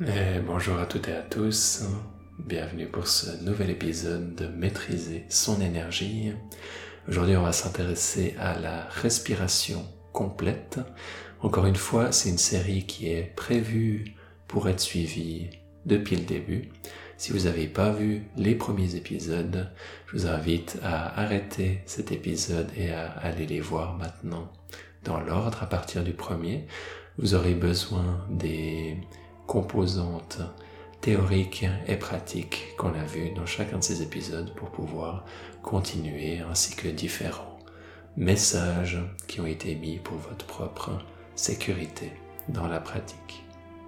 Bonjour à toutes et à tous, bienvenue pour ce nouvel épisode de Maîtriser son énergie. Aujourd'hui on va s'intéresser à la respiration complète. Encore une fois, c'est une série qui est prévue pour être suivie depuis le début. Si vous n'avez pas vu les premiers épisodes, je vous invite à arrêter cet épisode et à aller les voir maintenant dans l'ordre à partir du premier. Vous aurez besoin des composantes théoriques et pratiques qu'on a vues dans chacun de ces épisodes pour pouvoir continuer, ainsi que différents messages qui ont été mis pour votre propre sécurité dans la pratique.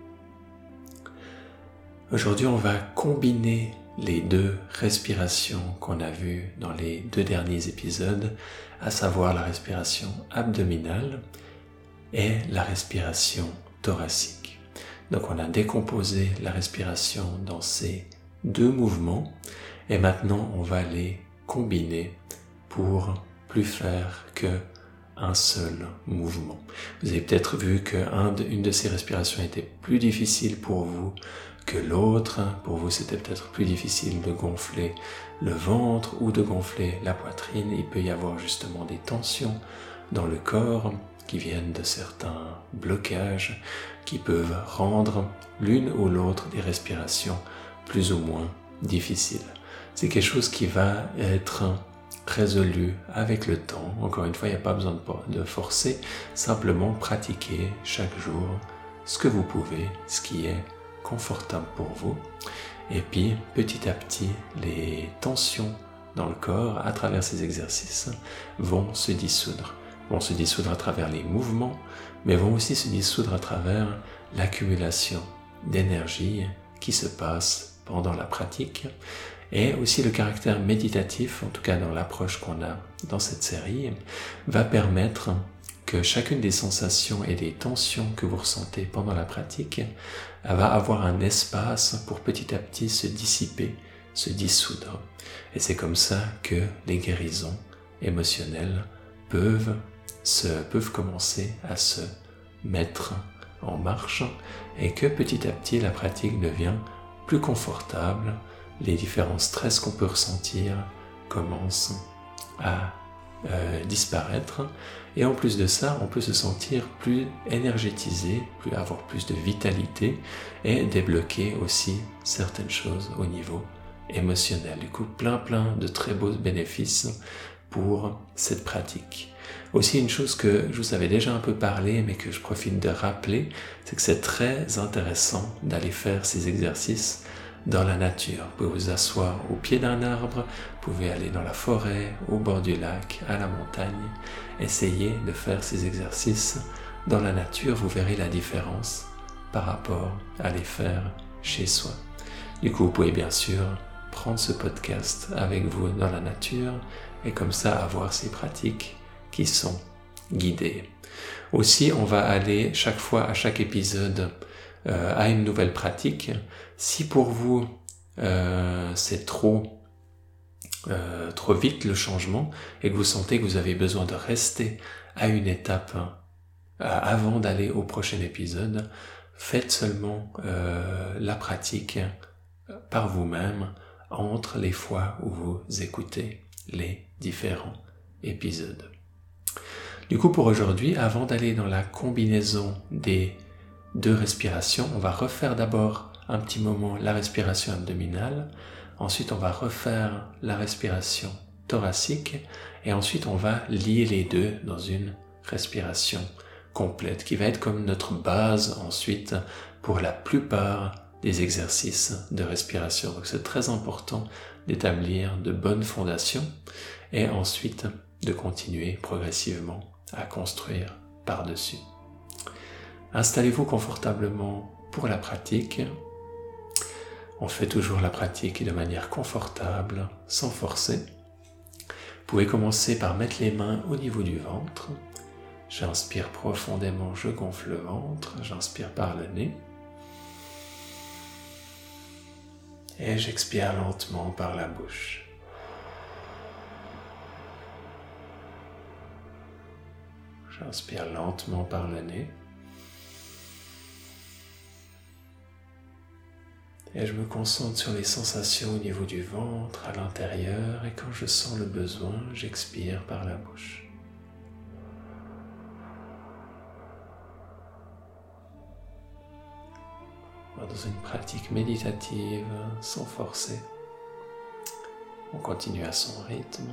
Aujourd'hui, on va combiner les deux respirations qu'on a vues dans les deux derniers épisodes, à savoir la respiration abdominale et la respiration thoracique. Donc on a décomposé la respiration dans ces deux mouvements et maintenant on va les combiner pour plus faire qu'un seul mouvement. Vous avez peut-être vu qu'une de ces respirations était plus difficile pour vous que l'autre. Pour vous, c'était peut-être plus difficile de gonfler le ventre ou de gonfler la poitrine. Il peut y avoir justement des tensions dans le corps qui viennent de certains blocages qui peuvent rendre l'une ou l'autre des respirations plus ou moins difficiles. C'est quelque chose qui va être résolu avec le temps. Encore une fois, il n'y a pas besoin de forcer, simplement pratiquer chaque jour ce que vous pouvez, ce qui est confortable pour vous. Et puis, petit à petit, les tensions dans le corps, à travers ces exercices, vont se dissoudre à travers les mouvements, mais vont aussi se dissoudre à travers l'accumulation d'énergie qui se passe pendant la pratique, et aussi le caractère méditatif, en tout cas dans l'approche qu'on a dans cette série, va permettre que chacune des sensations et des tensions que vous ressentez pendant la pratique va avoir un espace pour petit à petit se dissiper, se dissoudre. Et c'est comme ça que les guérisons émotionnelles peuvent commencer à se mettre en marche et que petit à petit la pratique devient plus confortable, les différents stress qu'on peut ressentir commencent à disparaître, et en plus de ça on peut se sentir plus énergétisé, avoir plus de vitalité et débloquer aussi certaines choses au niveau émotionnel. Du coup, plein de très beaux bénéfices pour cette pratique. Aussi, une chose que je vous avais déjà un peu parlé, mais que je profite de rappeler, c'est que c'est très intéressant d'aller faire ces exercices dans la nature. Vous pouvez vous asseoir au pied d'un arbre, vous pouvez aller dans la forêt, au bord du lac, à la montagne. Essayez de faire ces exercices dans la nature, vous verrez la différence par rapport à les faire chez soi. Du coup, vous pouvez bien sûr prendre ce podcast avec vous dans la nature et comme ça avoir ces pratiques qui sont guidées. Aussi, on va aller chaque fois, à chaque épisode, à une nouvelle pratique. Si pour vous, c'est trop vite le changement et que vous sentez que vous avez besoin de rester à une étape avant d'aller au prochain épisode, faites seulement la pratique par vous-même entre les fois où vous écoutez les différents épisodes. Du coup, pour aujourd'hui, avant d'aller dans la combinaison des deux respirations, on va refaire d'abord un petit moment la respiration abdominale, ensuite on va refaire la respiration thoracique, et ensuite on va lier les deux dans une respiration complète, qui va être comme notre base ensuite pour la plupart des exercices de respiration. Donc c'est très important d'établir de bonnes fondations et ensuite de continuer progressivement à construire par-dessus. Installez-vous confortablement pour la pratique. On fait toujours la pratique de manière confortable, sans forcer. Vous pouvez commencer par mettre les mains au niveau du ventre. J'inspire profondément, je gonfle le ventre, j'inspire par le nez. Et j'expire lentement par la bouche. J'inspire lentement par le nez. Et je me concentre sur les sensations au niveau du ventre, à l'intérieur, et quand je sens le besoin, j'expire par la bouche. Dans une pratique méditative, sans forcer, on continue à son rythme.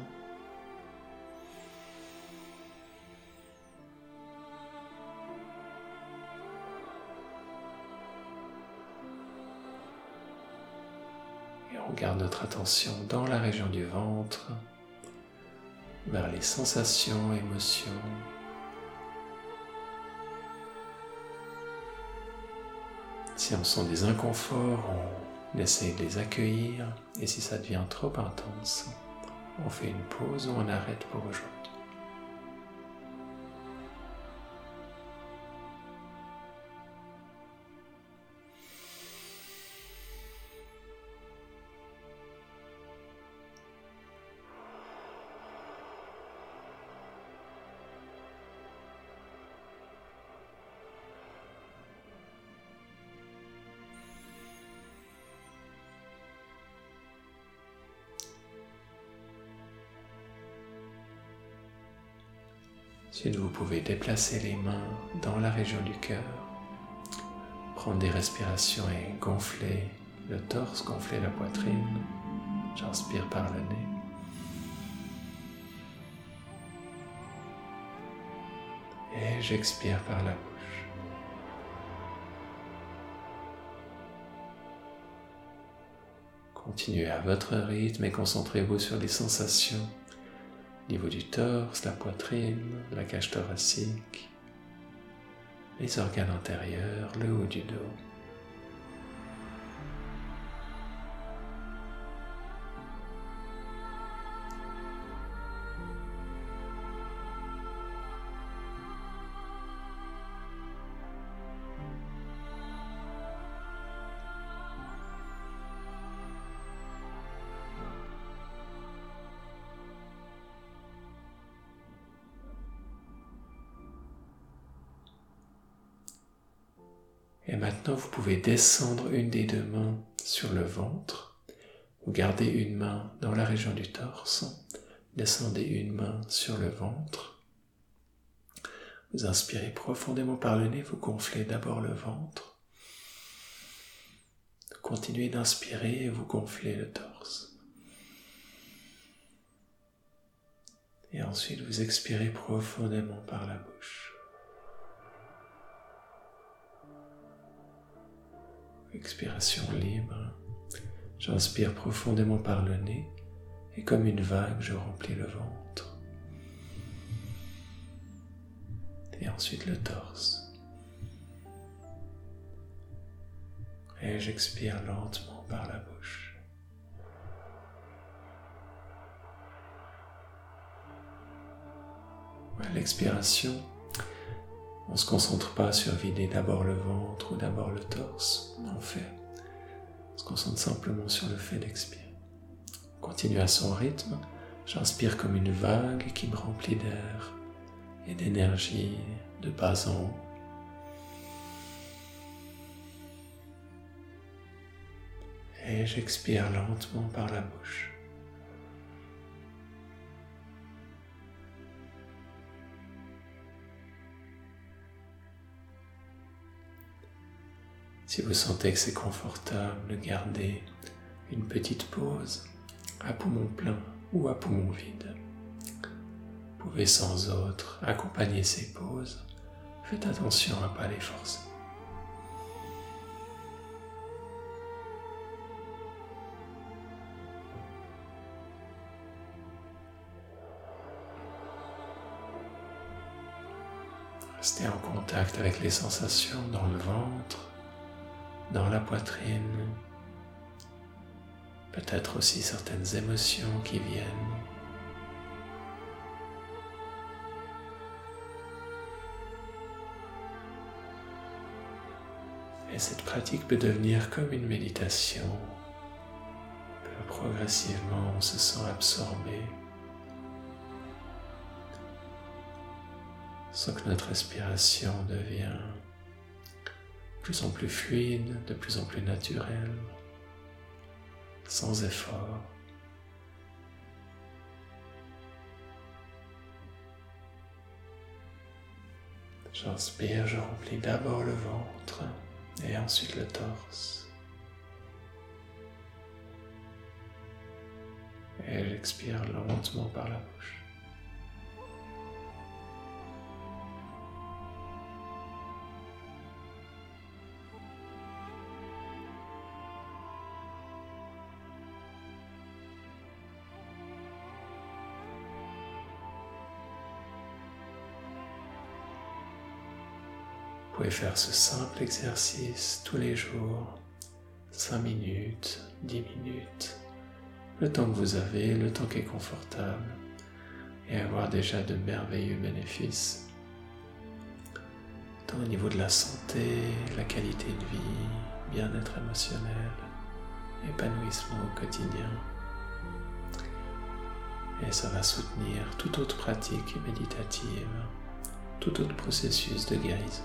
On garde notre attention dans la région du ventre, vers les sensations, émotions. Si on sent des inconforts, on essaie de les accueillir. Et si ça devient trop intense, on fait une pause ou on arrête pour aujourd'hui. Ensuite, vous pouvez déplacer les mains dans la région du cœur, prendre des respirations et gonfler le torse, gonfler la poitrine. J'inspire par le nez. Et j'expire par la bouche. Continuez à votre rythme et concentrez-vous sur les sensations au niveau du torse, la poitrine, la cage thoracique, les organes intérieurs, le haut du dos. Et maintenant, vous pouvez descendre une des deux mains sur le ventre. Vous gardez une main dans la région du torse. Descendez une main sur le ventre. Vous inspirez profondément par le nez. Vous gonflez d'abord le ventre. Continuez d'inspirer et vous gonflez le torse. Et ensuite, vous expirez profondément par la bouche. Expiration libre. J'inspire profondément par le nez et comme une vague, je remplis le ventre. Et ensuite le torse. Et j'expire lentement par la bouche. À l'expiration, on ne se concentre pas sur vider d'abord le ventre ou d'abord le torse. On se concentre simplement sur le fait d'expirer. On continue à son rythme. J'inspire comme une vague qui me remplit d'air et d'énergie de bas en haut. Et j'expire lentement par la bouche. Si vous sentez que c'est confortable, gardez une petite pause à poumon plein ou à poumon vide. Vous pouvez sans autre accompagner ces pauses. Faites attention à ne pas les forcer. Restez en contact avec les sensations dans le ventre, dans la poitrine, peut-être aussi certaines émotions qui viennent. Et cette pratique peut devenir comme une méditation. Progressivement, on se sent absorbé, sans que notre respiration devient de plus en plus fluide, de plus en plus naturelle. sans effort. J'inspire, je remplis d'abord le ventre et ensuite le torse. Et j'expire lentement par la bouche. Vous pouvez faire ce simple exercice tous les jours, 5 minutes, 10 minutes, le temps que vous avez, le temps qui est confortable, et avoir déjà de merveilleux bénéfices, tant au niveau de la santé, la qualité de vie, bien-être émotionnel, épanouissement au quotidien. Et ça va soutenir toute autre pratique méditative, tout autre processus de guérison.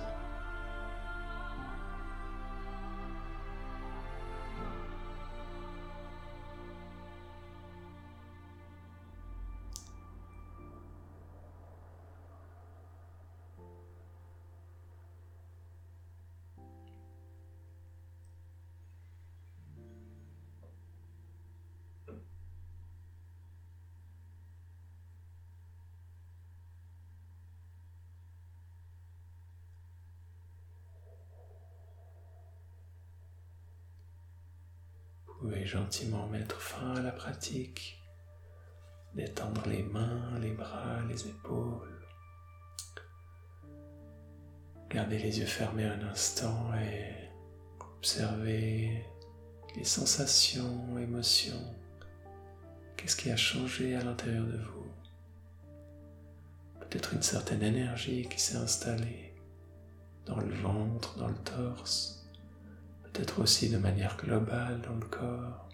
Vous pouvez gentiment mettre fin à la pratique, détendre les mains, les bras, les épaules. Gardez les yeux fermés un instant et observez les sensations, émotions. Qu'est-ce qui a changé à l'intérieur de vous? Peut-être une certaine énergie qui s'est installée dans le ventre, dans le torse. Peut-être aussi de manière globale dans le corps.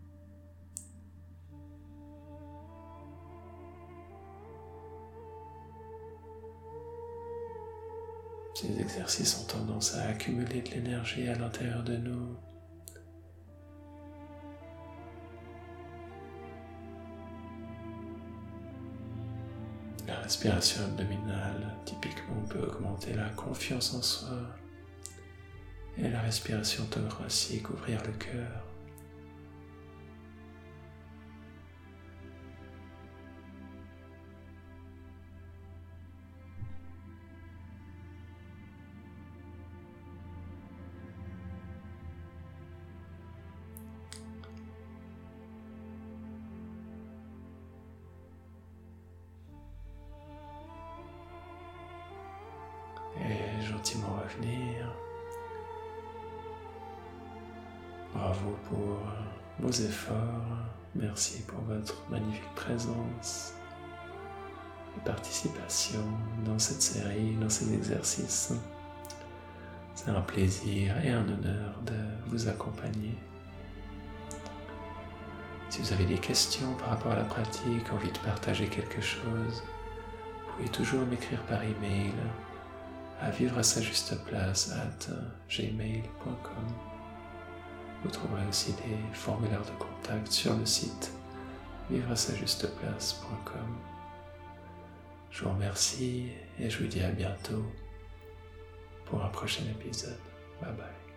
Ces exercices ont tendance à accumuler de l'énergie à l'intérieur de nous. La respiration abdominale, typiquement, peut augmenter la confiance en soi. Et la respiration thoracique, ouvrir le cœur. Et gentiment revenir. Bravo pour vos efforts, merci pour votre magnifique présence et participation dans cette série, dans ces exercices. C'est un plaisir et un honneur de vous accompagner. Si vous avez des questions par rapport à la pratique, envie de partager quelque chose, vous pouvez toujours m'écrire par email à vivreasajusteplace@gmail.com. Vous trouverez aussi des formulaires de contact sur le site vivreasajusteplace.com. Je vous remercie et je vous dis à bientôt pour un prochain épisode. Bye bye.